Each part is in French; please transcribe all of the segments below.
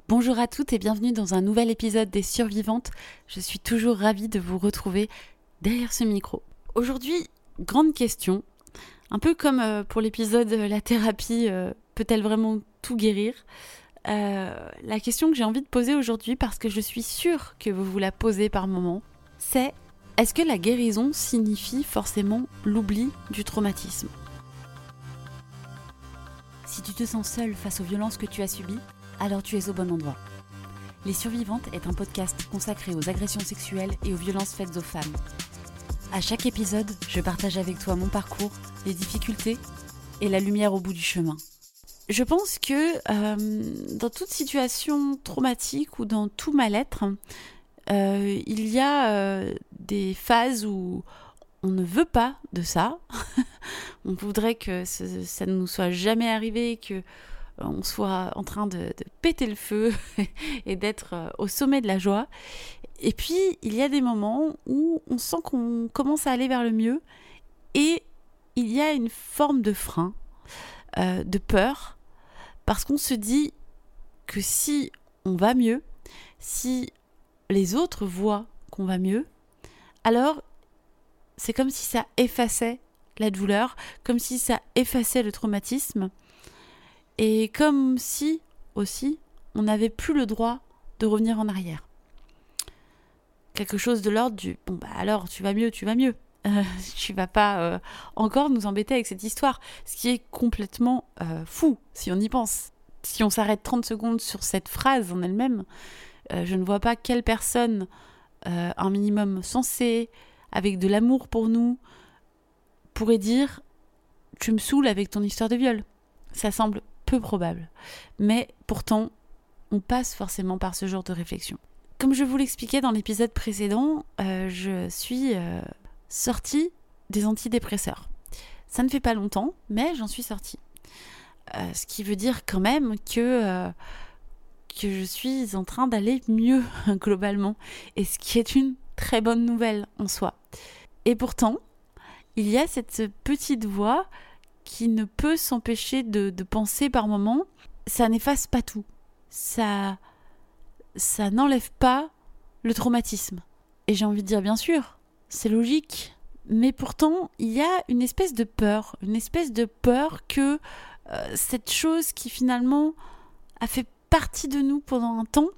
Bonjour à toutes et bienvenue dans un nouvel épisode des Survivantes. Je suis toujours ravie de vous retrouver derrière ce micro. Aujourd'hui, grande question, un peu comme pour l'épisode La thérapie peut-elle vraiment tout guérir ? La question que j'ai envie de poser aujourd'hui, parce que je suis sûre que vous vous la posez par moments, c'est: est-ce que la guérison signifie forcément l'oubli du traumatisme ? Si tu te sens seule face aux violences que tu as subies, alors tu es au bon endroit. Les Survivantes est un podcast consacré aux agressions sexuelles et aux violences faites aux femmes. À chaque épisode, je partage avec toi mon parcours, les difficultés et la lumière au bout du chemin. Je pense que dans toute situation traumatique ou dans tout mal-être, il y a des phases où on ne veut pas de ça. On voudrait que ça ne nous soit jamais arrivé, que on soit en train de péter le feu et d'être au sommet de la joie. Et puis, il y a des moments où on sent qu'on commence à aller vers le mieux et il y a une forme de frein, de peur, parce qu'on se dit que si on va mieux, si les autres voient qu'on va mieux, alors c'est comme si ça effaçait la douleur, comme si ça effaçait le traumatisme, et comme si, aussi, on n'avait plus le droit de revenir en arrière. Quelque chose de l'ordre du « bon bah alors, tu vas mieux. Tu vas pas encore nous embêter avec cette histoire ». Ce qui est complètement fou, si on y pense. Si on s'arrête 30 secondes sur cette phrase en elle-même, je ne vois pas quelle personne, un minimum sensée, avec de l'amour pour nous, pourrait dire « tu me saoules avec ton histoire de viol ». Ça semble peu probable. Mais pourtant, on passe forcément par ce genre de réflexion. Comme je vous l'expliquais dans l'épisode précédent, je suis sortie des antidépresseurs. Ça ne fait pas longtemps, mais j'en suis sortie. Ce qui veut dire quand même que je suis en train d'aller mieux, globalement. Et ce qui est une très bonne nouvelle en soi. Et pourtant, il y a cette petite voix qui ne peut s'empêcher de penser par moments, ça n'efface pas tout. Ça n'enlève pas le traumatisme. Et j'ai envie de dire, bien sûr, c'est logique. Mais pourtant, il y a une espèce de peur que cette chose qui finalement a fait partie de nous pendant un temps,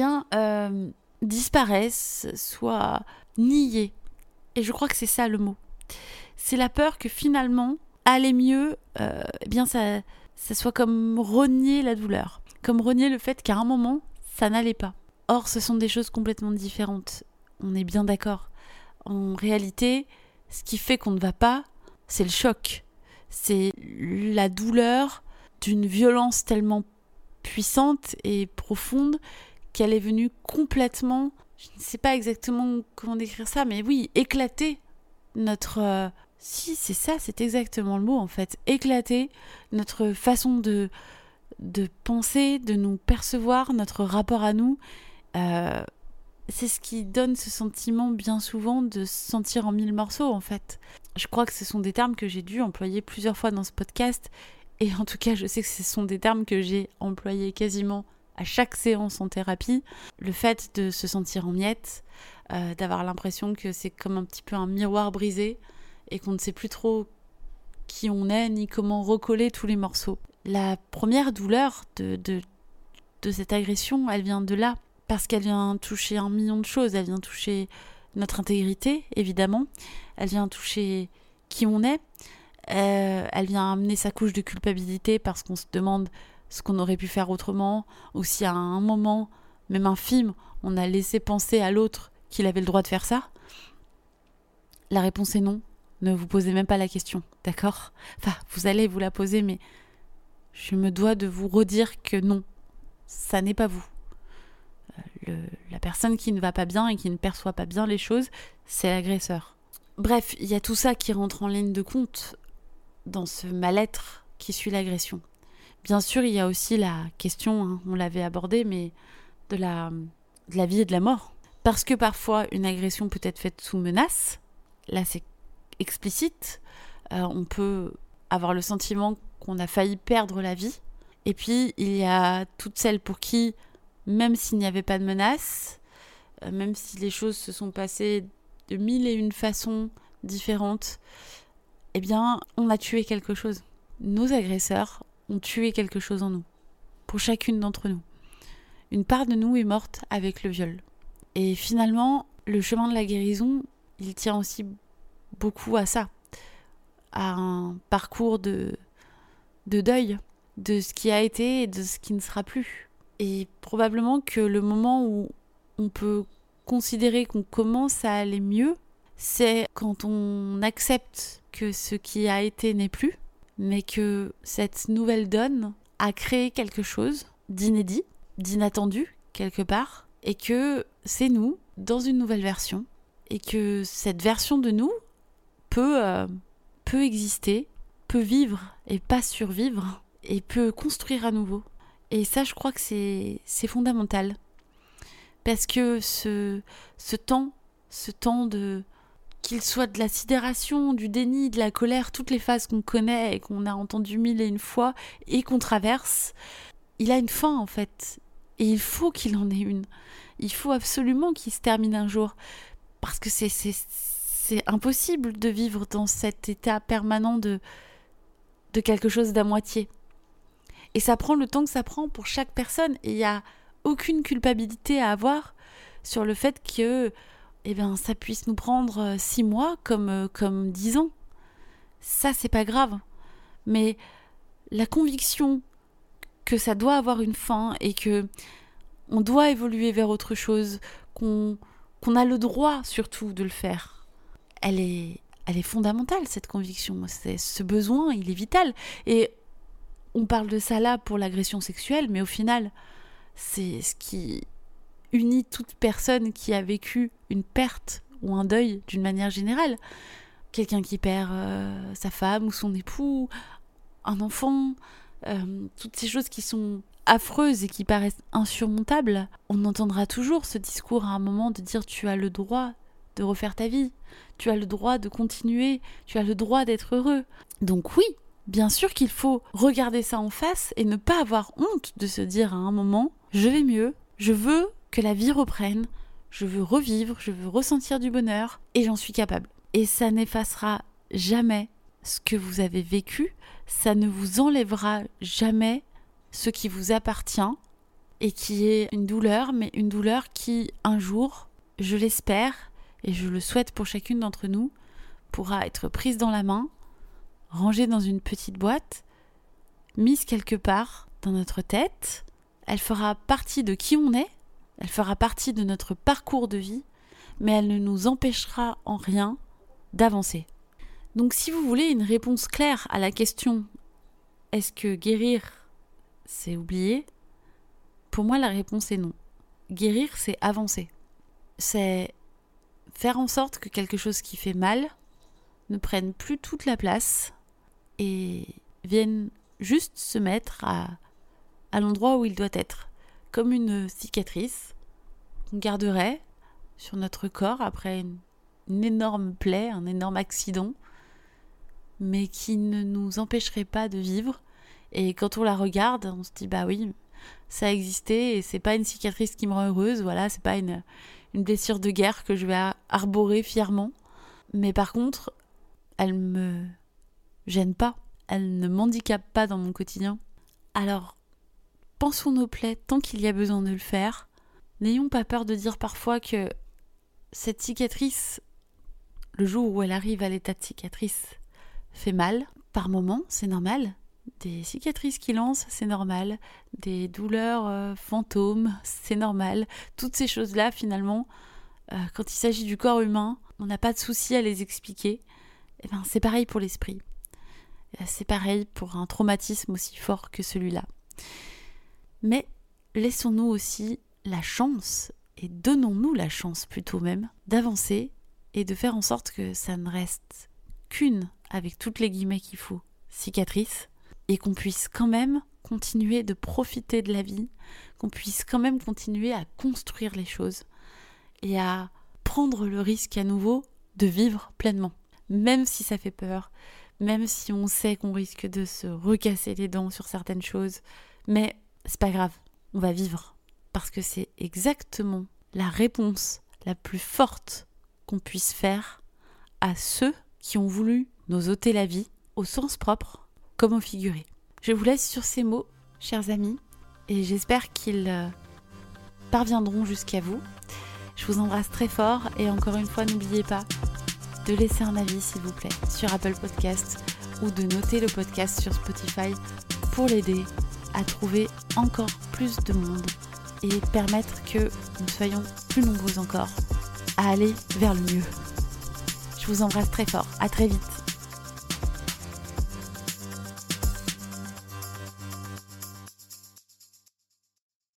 disparaisse, soit niée. Et je crois que c'est ça le mot. C'est la peur que finalement, aller mieux, ça soit comme renier la douleur. Comme renier le fait qu'à un moment, ça n'allait pas. Or, ce sont des choses complètement différentes. On est bien d'accord. En réalité, ce qui fait qu'on ne va pas, c'est le choc. C'est la douleur d'une violence tellement puissante et profonde qu'elle est venue complètement, je ne sais pas exactement comment décrire ça, mais oui, éclater notre... Si, c'est ça, c'est exactement le mot en fait. Éclater notre façon de penser, de nous percevoir, notre rapport à nous. C'est ce qui donne ce sentiment bien souvent de se sentir en mille morceaux en fait. Je crois que ce sont des termes que j'ai dû employer plusieurs fois dans ce podcast, et en tout cas je sais que ce sont des termes que j'ai employés quasiment à chaque séance en thérapie. Le fait de se sentir en miettes, d'avoir l'impression que c'est comme un petit peu un miroir brisé et qu'on ne sait plus trop qui on est ni comment recoller tous les morceaux. La première douleur de cette agression, elle vient de là, parce qu'elle vient toucher 1 million de choses. Elle vient toucher notre intégrité, évidemment. Elle vient toucher qui on est. Elle vient amener sa couche de culpabilité parce qu'on se demande ce qu'on aurait pu faire autrement, ou si à un moment, même infime, on a laissé penser à l'autre qu'il avait le droit de faire ça. La réponse est non. Ne vous posez même pas la question, d'accord ? Enfin, vous allez vous la poser, mais je me dois de vous redire que non, ça n'est pas vous. La personne qui ne va pas bien et qui ne perçoit pas bien les choses, c'est l'agresseur. Bref, il y a tout ça qui rentre en ligne de compte dans ce mal-être qui suit l'agression. Bien sûr, il y a aussi la question, on l'avait abordée, mais de la vie et de la mort. Parce que parfois, une agression peut être faite sous menace. Là, c'est explicite. On peut avoir le sentiment qu'on a failli perdre la vie. Et puis, il y a toutes celles pour qui même s'il n'y avait pas de menace, même si les choses se sont passées de 1001 façons différentes, eh bien, on a tué quelque chose. Nos agresseurs ont tué quelque chose en nous, pour chacune d'entre nous. Une part de nous est morte avec le viol. Et finalement, le chemin de la guérison, il tient aussi beaucoup à ça, à un parcours de deuil de ce qui a été et de ce qui ne sera plus. Et probablement que le moment où on peut considérer qu'on commence à aller mieux, c'est quand on accepte que ce qui a été n'est plus, mais que cette nouvelle donne a créé quelque chose d'inédit, d'inattendu quelque part, et que c'est nous dans une nouvelle version, et que cette version de nous peut exister, peut vivre et pas survivre, et peut construire à nouveau. Et ça, je crois que c'est fondamental. Parce que ce temps de qu'il soit de la sidération, du déni, de la colère, toutes les phases qu'on connaît et qu'on a entendues 1001 fois et qu'on traverse, il a une fin en fait. Et il faut qu'il en ait une. Il faut absolument qu'il se termine un jour. Parce que c'est impossible de vivre dans cet état permanent de quelque chose d'à moitié. Et ça prend le temps que ça prend pour chaque personne. Et il n'y a aucune culpabilité à avoir sur le fait que ça puisse nous prendre 6 mois comme 10 ans. Ça, c'est pas grave. Mais la conviction que ça doit avoir une fin et que on doit évoluer vers autre chose, qu'on a le droit surtout de le faire, elle est fondamentale, cette conviction. Ce besoin, il est vital. Et on parle de ça là pour l'agression sexuelle, mais au final, c'est ce qui unit toute personne qui a vécu une perte ou un deuil d'une manière générale. Quelqu'un qui perd sa femme ou son époux, un enfant, toutes ces choses qui sont affreuses et qui paraissent insurmontables, on entendra toujours ce discours à un moment de dire tu as le droit de refaire ta vie, tu as le droit de continuer, tu as le droit d'être heureux. Donc oui, bien sûr qu'il faut regarder ça en face et ne pas avoir honte de se dire à un moment je vais mieux, je veux que la vie reprenne, je veux revivre, je veux ressentir du bonheur et j'en suis capable. Et ça n'effacera jamais ce que vous avez vécu, ça ne vous enlèvera jamais ce qui vous appartient et qui est une douleur, mais une douleur qui un jour, je l'espère et je le souhaite pour chacune d'entre nous, pourra être prise dans la main, rangée dans une petite boîte, mise quelque part dans notre tête. Elle fera partie de qui on est, elle fera partie de notre parcours de vie, mais elle ne nous empêchera en rien d'avancer. Donc si vous voulez une réponse claire à la question « Est-ce que guérir, c'est oublier ?» Pour moi, la réponse est non. Guérir, c'est avancer. C'est faire en sorte que quelque chose qui fait mal ne prenne plus toute la place et vienne juste se mettre à l'endroit où il doit être. Comme une cicatrice qu'on garderait sur notre corps après une énorme plaie, un énorme accident, mais qui ne nous empêcherait pas de vivre. Et quand on la regarde, on se dit bah oui, ça a existé et c'est pas une cicatrice qui me rend heureuse, voilà, c'est pas une blessure de guerre que je vais arborer fièrement. Mais par contre, elle me gêne pas, elle ne m'handicape pas dans mon quotidien. Alors, pensons nos plaies tant qu'il y a besoin de le faire. N'ayons pas peur de dire parfois que cette cicatrice, le jour où elle arrive à l'état de cicatrice, fait mal. Par moments, c'est normal. Des cicatrices qui lancent, c'est normal. Des douleurs fantômes, c'est normal. Toutes ces choses-là, finalement, quand il s'agit du corps humain, on n'a pas de souci à les expliquer. Et c'est pareil pour l'esprit. C'est pareil pour un traumatisme aussi fort que celui-là. Mais laissons-nous aussi la chance, et donnons-nous la chance plutôt même, d'avancer et de faire en sorte que ça ne reste qu'une, avec toutes les guillemets qu'il faut, cicatrice, et qu'on puisse quand même continuer de profiter de la vie, qu'on puisse quand même continuer à construire les choses et à prendre le risque à nouveau de vivre pleinement. Même si ça fait peur, même si on sait qu'on risque de se recasser les dents sur certaines choses, mais c'est pas grave, on va vivre. parce que c'est exactement la réponse la plus forte qu'on puisse faire à ceux qui ont voulu nous ôter la vie, au sens propre comme au figuré. Je vous laisse sur ces mots, chers amis, et j'espère qu'ils parviendront jusqu'à vous. Je vous embrasse très fort et encore une fois, n'oubliez pas de laisser un avis, s'il vous plaît, sur Apple Podcast ou de noter le podcast sur Spotify pour l'aider à trouver encore plus de monde et permettre que nous soyons plus nombreux encore à aller vers le mieux. Je vous embrasse très fort, à très vite.